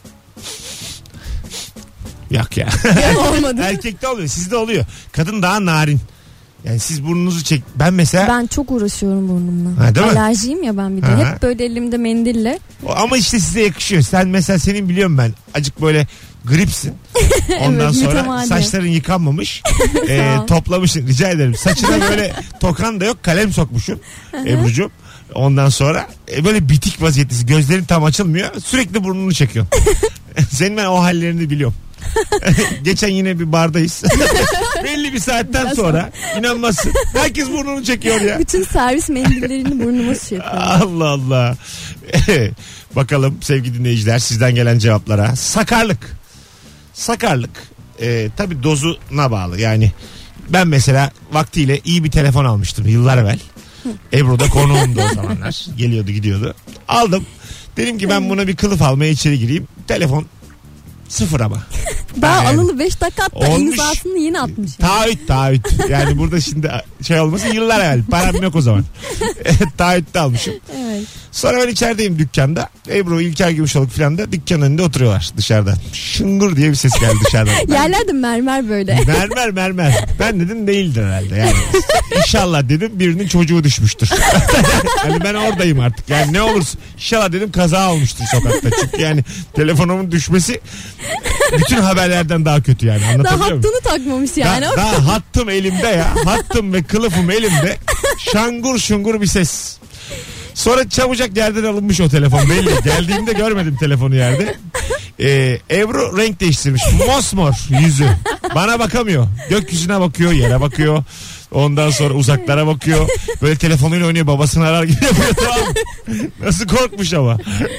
Speaker 2: Yok ya.
Speaker 3: Olmadı.
Speaker 2: Erkekte oluyor, sizde oluyor. Kadın daha narin. Yani siz burnunuzu çek. Ben mesela...
Speaker 3: Ben çok uğraşıyorum burnumla.
Speaker 2: Ha, değil mi?
Speaker 3: Alerjiyim ya ben bir de.
Speaker 2: Ha.
Speaker 3: Hep böyle elimde mendille.
Speaker 2: Ama işte size yakışıyor. Sen mesela senin biliyorum ben. Acık böyle gripsin. Ondan
Speaker 3: Evet,
Speaker 2: sonra
Speaker 3: mütemadi.
Speaker 2: saçların yıkanmamış.
Speaker 3: Sağ ol.
Speaker 2: Toplamışsın. Rica ederim. Saçına böyle tokan da yok. Kalem sokmuşsun. Ebru'cum. Ondan sonra böyle bitik vaziyettesin. Gözlerin tam açılmıyor. Sürekli burnunu çekiyorsun. Senin ben o hallerini biliyorum. Geçen yine bir bardayız. Belli bir saatten sonra inanmazsın. Herkes burnunu çekiyor ya.
Speaker 3: Bütün servis mendillerini burnuma şey yapıyorum.
Speaker 2: Allah Allah. Bakalım sevgili dinleyiciler sizden gelen cevaplara. Sakarlık. Sakarlık. Tabii dozuna bağlı. Yani ben mesela vaktiyle iyi bir telefon almıştım yıllar evvel. Ebru da konuğumdu o zamanlar. Geliyordu gidiyordu. Aldım. Dedim ki ben buna bir kılıf almaya içeri gireyim. Telefon sıfır ama.
Speaker 3: Daha
Speaker 2: Yani.
Speaker 3: alalı 5 dakika hatta
Speaker 2: Olmuş.
Speaker 3: imzasını yeni atmış. Yani.
Speaker 2: Taahhüt. Yani burada şimdi şey olmasın yıllar evvel. Param yok o zaman. Taahhütte almışım.
Speaker 3: Evet.
Speaker 2: Sonra ben içerideyim dükkanda. Ebru, İlker Gümüşoluk falan da dükkanın önünde oturuyorlar dışarıdan. Şıngur diye bir ses geldi dışarıdan.
Speaker 3: Yerler de mermer böyle.
Speaker 2: Mermer. Ben dedim değildir herhalde yani. İnşallah dedim birinin çocuğu düşmüştür. Hani ben oradayım artık. Yani ne olursa inşallah dedim kaza olmuştur sokakta. Çünkü yani telefonumun düşmesi bütün haberlerden daha kötü yani.
Speaker 3: Daha
Speaker 2: Anlatabiliyor muyum?
Speaker 3: hattını takmamış yani.
Speaker 2: Daha hattım elimde ya. Hattım ve kılıfım elimde. Şangur şungur bir ses. Sonra çabucak yerden alınmış o telefon belli. Geldiğimde görmedim telefonu yerde. Ebru renk değiştirmiş. Mosmor yüzü. Bana bakamıyor. Gökyüzüne bakıyor, yere bakıyor. Ondan sonra uzaklara bakıyor. Böyle telefonuyla oynuyor, babasını arar gibi yapıyor. Tamam. Nasıl korkmuş ama.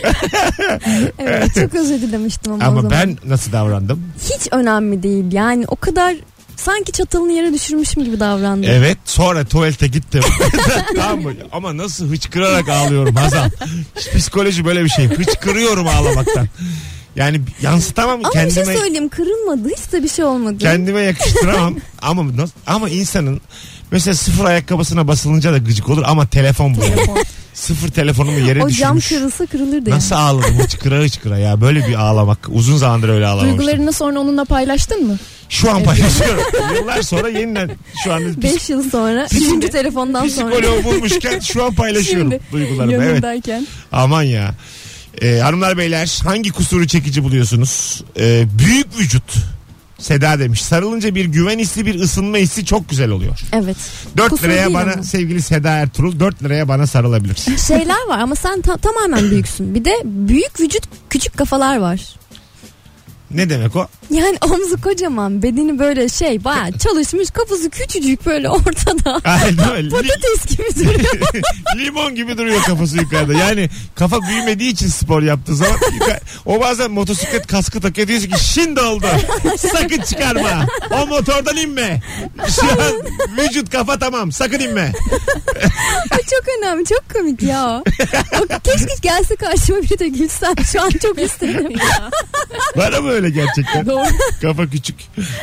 Speaker 3: Evet, çok özür dilemiştim ama o
Speaker 2: Ama
Speaker 3: zaman.
Speaker 2: ben nasıl davrandım?
Speaker 3: Hiç önemli değil yani, o kadar sanki çatalını yere düşürmüşüm gibi davrandım.
Speaker 2: Evet, sonra tuvalete gittim. Tamam mı? Ama nasıl hıçkırarak ağlıyorum Hazal. Psikoloji böyle bir şey. Hıçkırıyorum ağlamaktan. Yani yansıtamam
Speaker 3: Ama
Speaker 2: kendime.
Speaker 3: bir şey söyleyeyim, kırılmadı, hiç de bir şey olmadı.
Speaker 2: Kendime yakıştıramam. ama insanın mesela sıfır ayakkabısına basılınca da gıcık olur ama telefon bu.
Speaker 3: Telefon.
Speaker 2: Sıfır telefonumu yere
Speaker 3: O cam
Speaker 2: düşürmüş.
Speaker 3: kırılsa kırılırdı
Speaker 2: Nasıl ağladım hıçkıra ya, böyle bir ağlamak. Uzun zamandır öyle ağlamamıştım.
Speaker 4: Duygularını sonra onunla paylaştın mı?
Speaker 2: Şu an paylaşıyorum. Yıllar sonra yeniden şu an
Speaker 3: 5 yıl sonra, 3. telefondan sonra.
Speaker 2: psikoloğu bulmuşken şu an paylaşıyorum
Speaker 4: Şimdi
Speaker 2: duygularımı. Evet.
Speaker 4: yanındayken.
Speaker 2: Aman ya. Hanımlar beyler hangi kusuru çekici buluyorsunuz? Büyük vücut. Seda demiş. Sarılınca bir güven hissi, bir ısınma hissi çok güzel oluyor.
Speaker 3: Evet.
Speaker 2: 4
Speaker 3: Kusur
Speaker 2: liraya
Speaker 3: değil
Speaker 2: bana
Speaker 3: ama.
Speaker 2: sevgili Seda Ertuğrul 4 liraya bana sarılabilirsin.
Speaker 3: Şeyler var ama sen tamamen büyüksün. Bir de büyük vücut, küçük kafalar var.
Speaker 2: Ne demek o?
Speaker 3: Yani omzu kocaman, bedeni böyle bayağı çalışmış, kafası küçücük böyle ortada.
Speaker 2: Ay, değil mi?
Speaker 3: Patates gibi duruyor.
Speaker 2: Limon gibi duruyor kafası yukarıda. Yani kafa büyümediği için spor yaptığı zaman o bazen motosiklet kaskı takıyor, diyorsun ki şimdi oldu. Sakın çıkarma. O motordan inme. Şu an vücut kafa tamam. Sakın inme.
Speaker 3: Çok önemli, çok komik ya. Keşke gelse karşıma biri de gülsem. Şu an çok istedim.
Speaker 2: Bana mı öyle gerçekten?
Speaker 3: Doğru.
Speaker 2: Kafa küçük.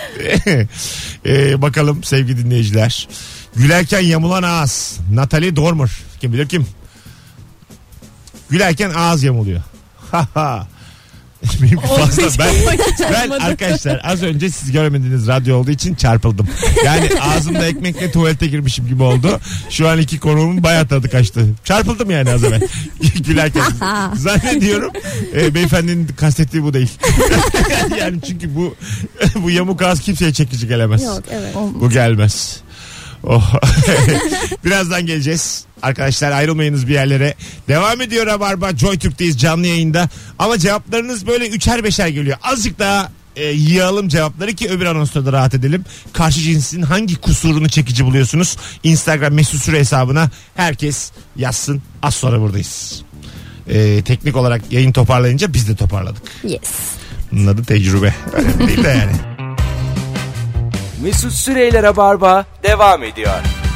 Speaker 2: Bakalım sevgili dinleyiciler. Gülerken yamulan ağız. Natalie Dormer. Kim bilir kim? Gülerken ağız yamuluyor. Benim fazla ben arkadaşlar az önce siz görmediğiniz radyo olduğu için çarpıldım. Yani ağzımda ekmekle tuvalete girmişim gibi oldu. Şu an iki konuğumun bayağı tadı kaçtı. Çarpıldım yani az evvel. Gülerken. Zannediyorum beyefendinin kastettiği bu değil. Yani çünkü bu yamuk ağız kimseye çekici gelemez.
Speaker 3: Yok, evet.
Speaker 2: Bu gelmez. Oh. Birazdan geleceğiz. Arkadaşlar ayrılmayınız bir yerlere. Devam ediyor Rabarba. Joy Türk'teyiz canlı yayında. Ama cevaplarınız böyle üçer beşer geliyor. Azıcık daha yığalım cevapları ki öbür anonsda da rahat edelim. Karşı cinsin hangi kusurunu çekici buluyorsunuz? Instagram Mesut Süre hesabına herkes yazsın. Az sonra buradayız. Teknik olarak yayın toparlayınca biz de toparladık.
Speaker 3: Yes.
Speaker 2: Bunun adı tecrübe. Öyle değil de yani.
Speaker 1: Mesut Süreyler'e barba devam ediyor.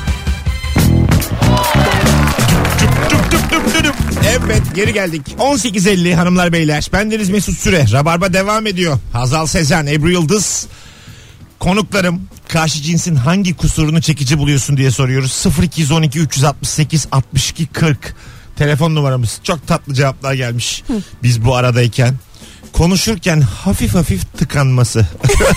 Speaker 2: Evet geri geldik. 18.50 hanımlar beyler. Bendeniz Mesut Süre. Rabarba devam ediyor. Hazal Sezen, Ebru Yıldız. Konuklarım karşı cinsin hangi kusurunu çekici buluyorsun diye soruyoruz. 0212 368 62 40 telefon numaramız. Çok tatlı cevaplar gelmiş. Biz bu aradayken. Konuşurken hafif hafif tıkanması.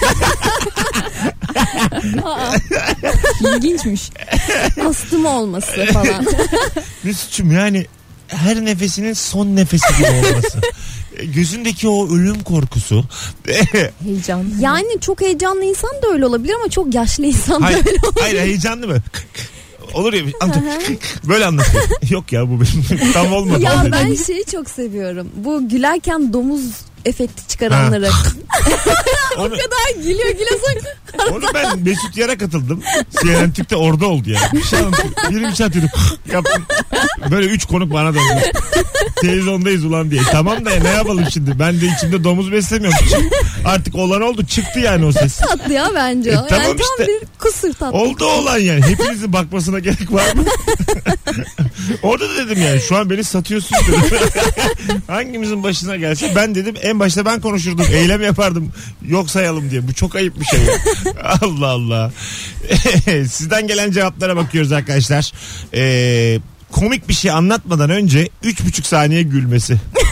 Speaker 3: İlginçmiş. Astım olması falan.
Speaker 2: Mesut'cum yani her nefesinin son nefesi gibi olması. Gözündeki o ölüm korkusu.
Speaker 4: Heyecan.
Speaker 3: Yani çok heyecanlı insan da öyle olabilir ama çok yaşlı insan da öyle olabilir.
Speaker 2: Hayır heyecanlı mı? Olur ya böyle anlatıyor. Yok ya bu benim tam olmadı.
Speaker 3: Ya ben şeyi çok seviyorum. Bu gülerken domuz efekti çıkaranları. O kadar gülüyor
Speaker 2: Onu ben Mesut Yar'a katıldım. CNN Türk'te orada oldu ya. Bir şey anlatıyor. Biri bir şey atıyordu. Yaptım. Böyle 3 konuk bana döndü. Televizyondayız ulan diye. Tamam da ne yapalım şimdi? Ben de içimde domuz beslemiyorum. Artık olan oldu. Çıktı yani o ses.
Speaker 3: Tatlı ya bence o.
Speaker 2: Tamam
Speaker 3: yani tam
Speaker 2: işte.
Speaker 3: bir kusur tatlı.
Speaker 2: Oldu olan yani. Hepinizin bakmasına gerek var mı? Orada da dedim yani. Şu an beni satıyorsunuz dedim. Hangimizin başına gelse ben dedim en başta ben konuşurdum. Eylem yapardım. Yok sayalım diye. Bu çok ayıp bir şey. Allah Allah. Sizden gelen cevaplara bakıyoruz arkadaşlar. Komik bir şey anlatmadan önce 3,5 saniye gülmesi.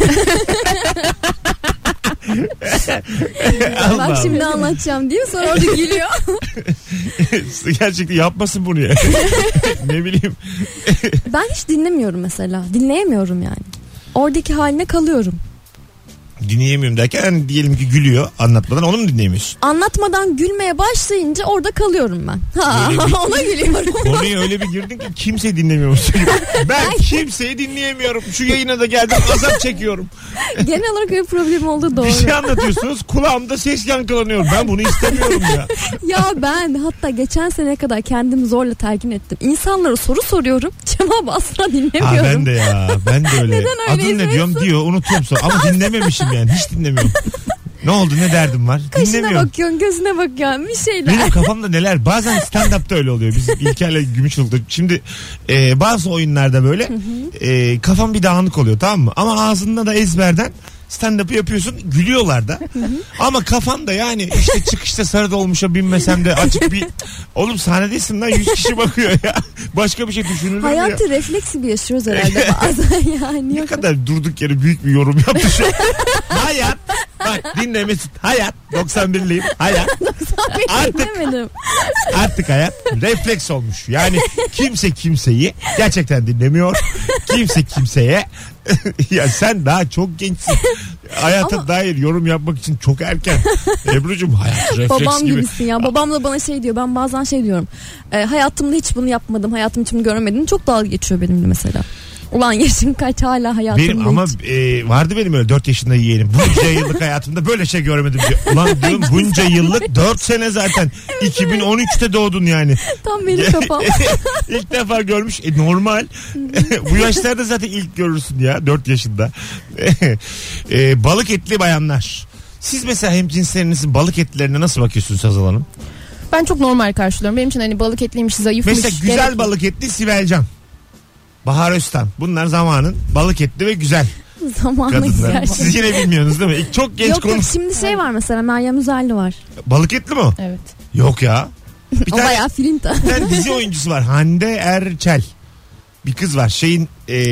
Speaker 3: Bak şimdi anlatacağım diye sonra orada gülüyor.
Speaker 2: Gerçekten yapmasın bunu ya. Ne bileyim.
Speaker 3: Ben hiç dinlemiyorum mesela. Dinleyemiyorum yani. Oradaki haline kalıyorum.
Speaker 2: Dinleyemiyorum derken hani diyelim ki gülüyor anlatmadan onu mu dinleyemiyorsun?
Speaker 3: Anlatmadan gülmeye başlayınca orada kalıyorum ben. Ona gülüyorum.
Speaker 2: Konuya öyle bir girdin ki kimseyi dinlemiyormuş. Ben kimseyi dinleyemiyorum. Şu yayına da geldim azap çekiyorum.
Speaker 3: Genel olarak öyle problem oldu doğru.
Speaker 2: Bir şey anlatıyorsunuz kulağımda ses yankılanıyor. Ben bunu istemiyorum ya.
Speaker 3: Ya ben hatta geçen sene kadar kendimi zorla telkin ettim. İnsanlara soru soruyorum. Cevabı asla dinlemiyorum.
Speaker 2: Ben de ya. Ben de öyle.
Speaker 3: Neden öyle
Speaker 2: Adın ne diyorum diyor unutuyorum sonra. Ama dinlememişim yani. Hiç dinlemiyorum. Ne oldu ne derdim var?
Speaker 3: Kaşına
Speaker 2: Dinlemiyorum.
Speaker 3: bakıyorsun gözüne bakıyorsun bir şeyler.
Speaker 2: Benim kafamda neler. Bazen stand-up'ta öyle oluyor. Biz İlker'le Gümüşoluk'ta. Şimdi bazı oyunlarda böyle kafam bir dağınık oluyor tamam mı? Ama ağzında da ezberden stand-up'ı yapıyorsun gülüyorlar da. Ama kafanda yani işte çıkışta sarı dolmuşa binmesem de açık bir oğlum sahnedesin lan 100 kişi bakıyor ya. Başka bir şey düşünülür mü ya?
Speaker 3: Hayatı refleks gibi yaşıyoruz herhalde bazen yani.
Speaker 2: Ne kadar durduk yere büyük bir yorum yaptı şu an. Hayat bak dinle Mesut hayat 91'liyim hayat artık hayat refleks olmuş. Yani kimse kimseyi gerçekten dinlemiyor. Kimse kimseye ya sen daha çok gençsin. Hayata dair yorum yapmak için çok erken. Ebru'cum hayat refleks
Speaker 3: Babam
Speaker 2: gibi.
Speaker 3: gibisin ya. Babam da bana şey diyor. Ben bazen şey diyorum. Hayatımda hiç bunu yapmadım. Hayatım hiç bunu görmedim. Çok dalga geçiyor benimle mesela. Ulan yaşın kaç hala hayatımda
Speaker 2: Benim ama
Speaker 3: hiç.
Speaker 2: vardı benim öyle 4 yaşında yeğenim. Bunca yıllık hayatımda böyle şey görmedim diyor. Ulan diyorum bunca yıllık 4 sene zaten. 2013'te doğdun yani.
Speaker 3: Tam benim kafam.
Speaker 2: İlk defa görmüş. Normal. Bu yaşlarda zaten ilk görürsün ya 4 yaşında. Balık etli bayanlar. Siz mesela hemcinslerinizin balık etlilerine nasıl bakıyorsunuz Hazal Hanım?
Speaker 4: Ben çok normal karşılıyorum. Benim için hani balık etliymiş, zayıfmış.
Speaker 2: Mesela güzel
Speaker 4: gerekli.
Speaker 2: balık etli Sibelcan. Bahar Öztan. Bunlar zamanın balık etli ve güzel
Speaker 3: Zamanla
Speaker 2: kadınlar.
Speaker 3: güzel.
Speaker 2: Siz yine bilmiyorsunuz değil mi? Çok genç
Speaker 3: Yok
Speaker 2: konu.
Speaker 3: yok, şimdi şey var mesela, Meryem Üzerli var.
Speaker 2: Balık etli mi o?
Speaker 4: Evet.
Speaker 2: Yok ya. Bir
Speaker 3: O bayağı filinta.
Speaker 2: tane dizi oyuncusu var. Hande Erçel. Bir kız var. Şeyin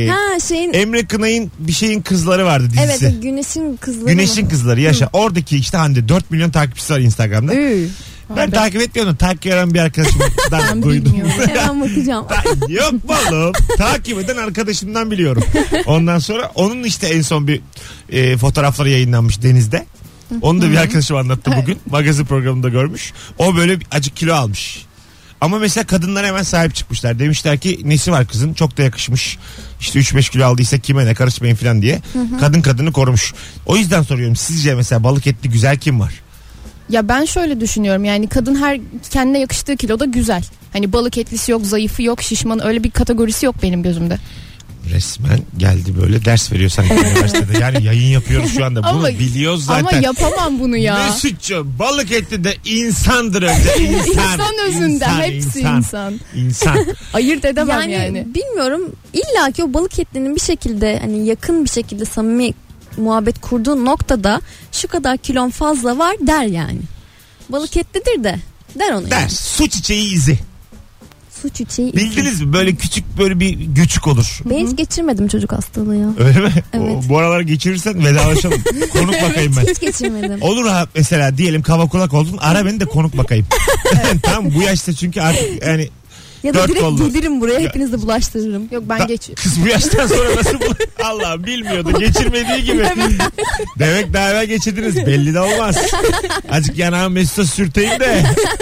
Speaker 2: Emre Kınay'ın bir şeyin kızları vardı dizisi.
Speaker 3: Evet, Güneş'in kızları.
Speaker 2: Güneş'in kızları yaşa. Oradaki işte Hande 4 milyon takipçisi var Instagram'da. Ben takip etmiyorum. Takip eden bir arkadaşımdan
Speaker 4: Ben
Speaker 2: duydum.
Speaker 4: bilmiyorum.
Speaker 3: Hemen bakacağım.
Speaker 2: Yok oğlum. Takip eden arkadaşımdan biliyorum. Ondan sonra onun işte en son bir fotoğrafları yayınlanmış denizde. Onu da bir arkadaşım anlattı bugün. Magazin programında görmüş. O böyle acık kilo almış. Ama mesela kadınlar hemen sahip çıkmışlar. Demişler ki nesi var kızın? Çok da yakışmış. İşte 3-5 kilo aldıysa kime ne karışmayın falan diye. Kadın kadını korumuş. O yüzden soruyorum. Sizce mesela balık etli güzel kim var?
Speaker 4: Ya ben şöyle düşünüyorum, yani kadın her kendine yakıştığı kiloda güzel. Hani balık etlisi yok, zayıfı yok, şişman, öyle bir kategorisi yok benim gözümde.
Speaker 2: Resmen geldi böyle ders veriyor sanki üniversitede. Yani yayın yapıyoruz şu anda. Bunu
Speaker 4: Ama-
Speaker 2: biliyoruz zaten.
Speaker 4: Ama yapamam bunu ya.
Speaker 2: Mesut'cuğum balık etli de insandır önce. İnsan
Speaker 4: özünde hepsi insan.
Speaker 2: İnsan.
Speaker 4: Ayırt edemem yani.
Speaker 3: Bilmiyorum, illa ki o balık etlinin bir şekilde hani yakın bir şekilde samimi muhabbet kurduğu noktada şu kadar kilon fazla var der yani. Balık etlidir de der onu
Speaker 2: Der.
Speaker 3: yani.
Speaker 2: Su çiçeği izi.
Speaker 3: Su çiçeği.
Speaker 2: Bildiniz mi? Böyle küçük böyle bir göçük olur.
Speaker 3: Ben hiç geçirmedim çocuk hastalığı ya.
Speaker 2: Öyle mi?
Speaker 3: Evet.
Speaker 2: Bu aralar geçirirsen vedalaşalım. Konuk bakayım ben.
Speaker 3: Hiç geçirmedim.
Speaker 2: Olur ha, mesela diyelim kava kulak oldun, ara beni de konuk bakayım. Tam bu yaşta çünkü artık yani
Speaker 3: Ya da
Speaker 2: dört
Speaker 3: direkt
Speaker 2: kollu.
Speaker 3: gelirim buraya, hepinizi bulaştırırım.
Speaker 4: Yok ben geç.
Speaker 2: kız bu yaştan sonra nasıl Allah bilmiyordu, geçirmediği gibi. Demek daha evvel geçirdiniz, belli de olmaz. Azıcık yanağım Mesut'a sürteyim de.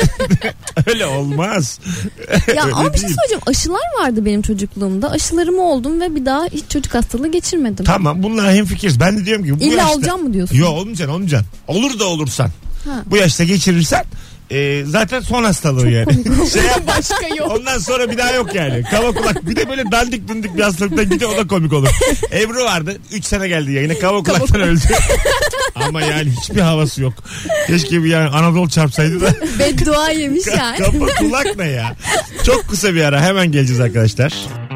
Speaker 2: Öyle olmaz.
Speaker 3: Ya
Speaker 2: Öyle
Speaker 3: ama bir şey
Speaker 2: değil.
Speaker 3: söyleyeceğim. Aşılar vardı benim çocukluğumda. Aşılarımı oldum ve bir daha hiç çocuk hastalığı geçirmedim.
Speaker 2: Tamam, bunlar hemfikiriz. Ben de diyorum ki bu
Speaker 3: İlla
Speaker 2: yaşta...
Speaker 3: olacağım mı diyorsun?
Speaker 2: Yok, olmayacaksın. Olur da olursan.
Speaker 3: Ha.
Speaker 2: Bu yaşta geçirirsen zaten son hastalığı yani. Şey yap,
Speaker 4: Başka yok.
Speaker 2: ondan sonra bir daha yok yani. Kava kulak. Bir de böyle dandik dundik bir hastalıktan gidiyor, o da komik olur. Ebru vardı. 3 sene geldi yayına. Kava kulaktan öldü. Ama yani hiçbir havası yok. Keşke bir yani Anadolu çarpsaydı da.
Speaker 3: Beddua yemiş yani.
Speaker 2: Kava kulak ne ya? Çok kısa bir ara, hemen geleceğiz arkadaşlar.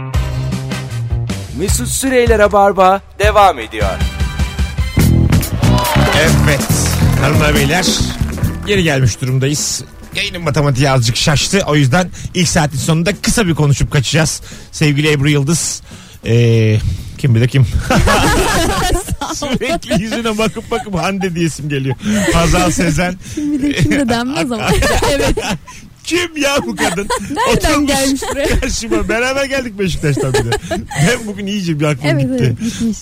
Speaker 1: Mesut Süreyler'e barba devam ediyor.
Speaker 2: Evet. Hanımlar beyler, geri gelmiş durumdayız. Yayının matematiği azıcık şaştı. O yüzden ilk saatin sonunda kısa bir konuşup kaçacağız. Sevgili Ebru Yıldız. Kim bilir kim. Sürekli yüzüne bakıp Hande diyesim geliyor. Hazal Sezen.
Speaker 3: Kim de denmez ama.
Speaker 4: Evet.
Speaker 2: Kim ya bu kadın?
Speaker 4: Nereden
Speaker 2: Oturmuş
Speaker 4: gelmiş buraya?
Speaker 2: karşıma. Beraber geldik Beşiktaş'tan bir de. Ben bugün iyice bir aklım
Speaker 3: Evet,
Speaker 2: gitti.
Speaker 3: evet, gitmiş.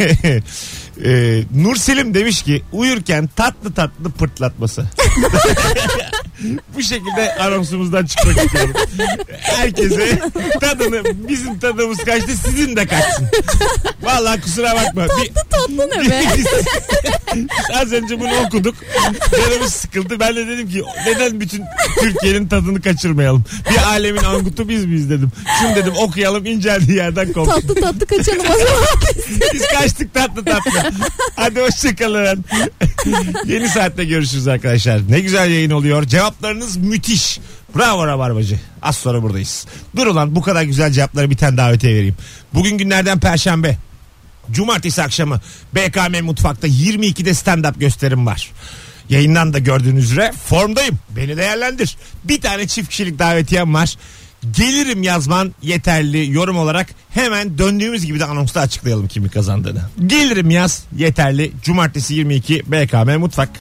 Speaker 2: Nur Selim demiş ki uyurken tatlı tatlı pırtlatması. Bu şekilde anonsumuzdan çıkmak istiyorum. Herkese bizim tadımız kaçtı, sizin de kaçsın. Vallahi kusura bakma.
Speaker 3: Tatlı ne be?
Speaker 2: Az önce bunu okuduk. Canımız sıkıldı. Ben de dedim ki neden bütün Türkiye'nin tadını kaçırmayalım? Bir alemin angutu biz miyiz dedim. Şunu dedim okuyalım, inceldiği yerden kopsun.
Speaker 3: tatlı kaçalım o zaman.
Speaker 2: Biz kaçtık tatlı. Hadi hoşçakalın. Yeni saatte görüşürüz arkadaşlar. Ne güzel yayın oluyor. Cevaplarınız müthiş. Bravo Rabarbacı. Az sonra buradayız. Dur ulan, bu kadar güzel cevapları bir tane davetiye vereyim. Bugün günlerden Perşembe. Cumartesi akşamı BKM Mutfak'ta 22'de stand-up gösterim var. Yayından da gördüğünüz üzere formdayım. Beni değerlendir. Bir tane çift kişilik davetiyem var. Gelirim yazman yeterli yorum olarak. Hemen döndüğümüz gibi de anonsta açıklayalım kimi kazandığını. Gelirim yaz yeterli. Cumartesi 22 BKM Mutfak.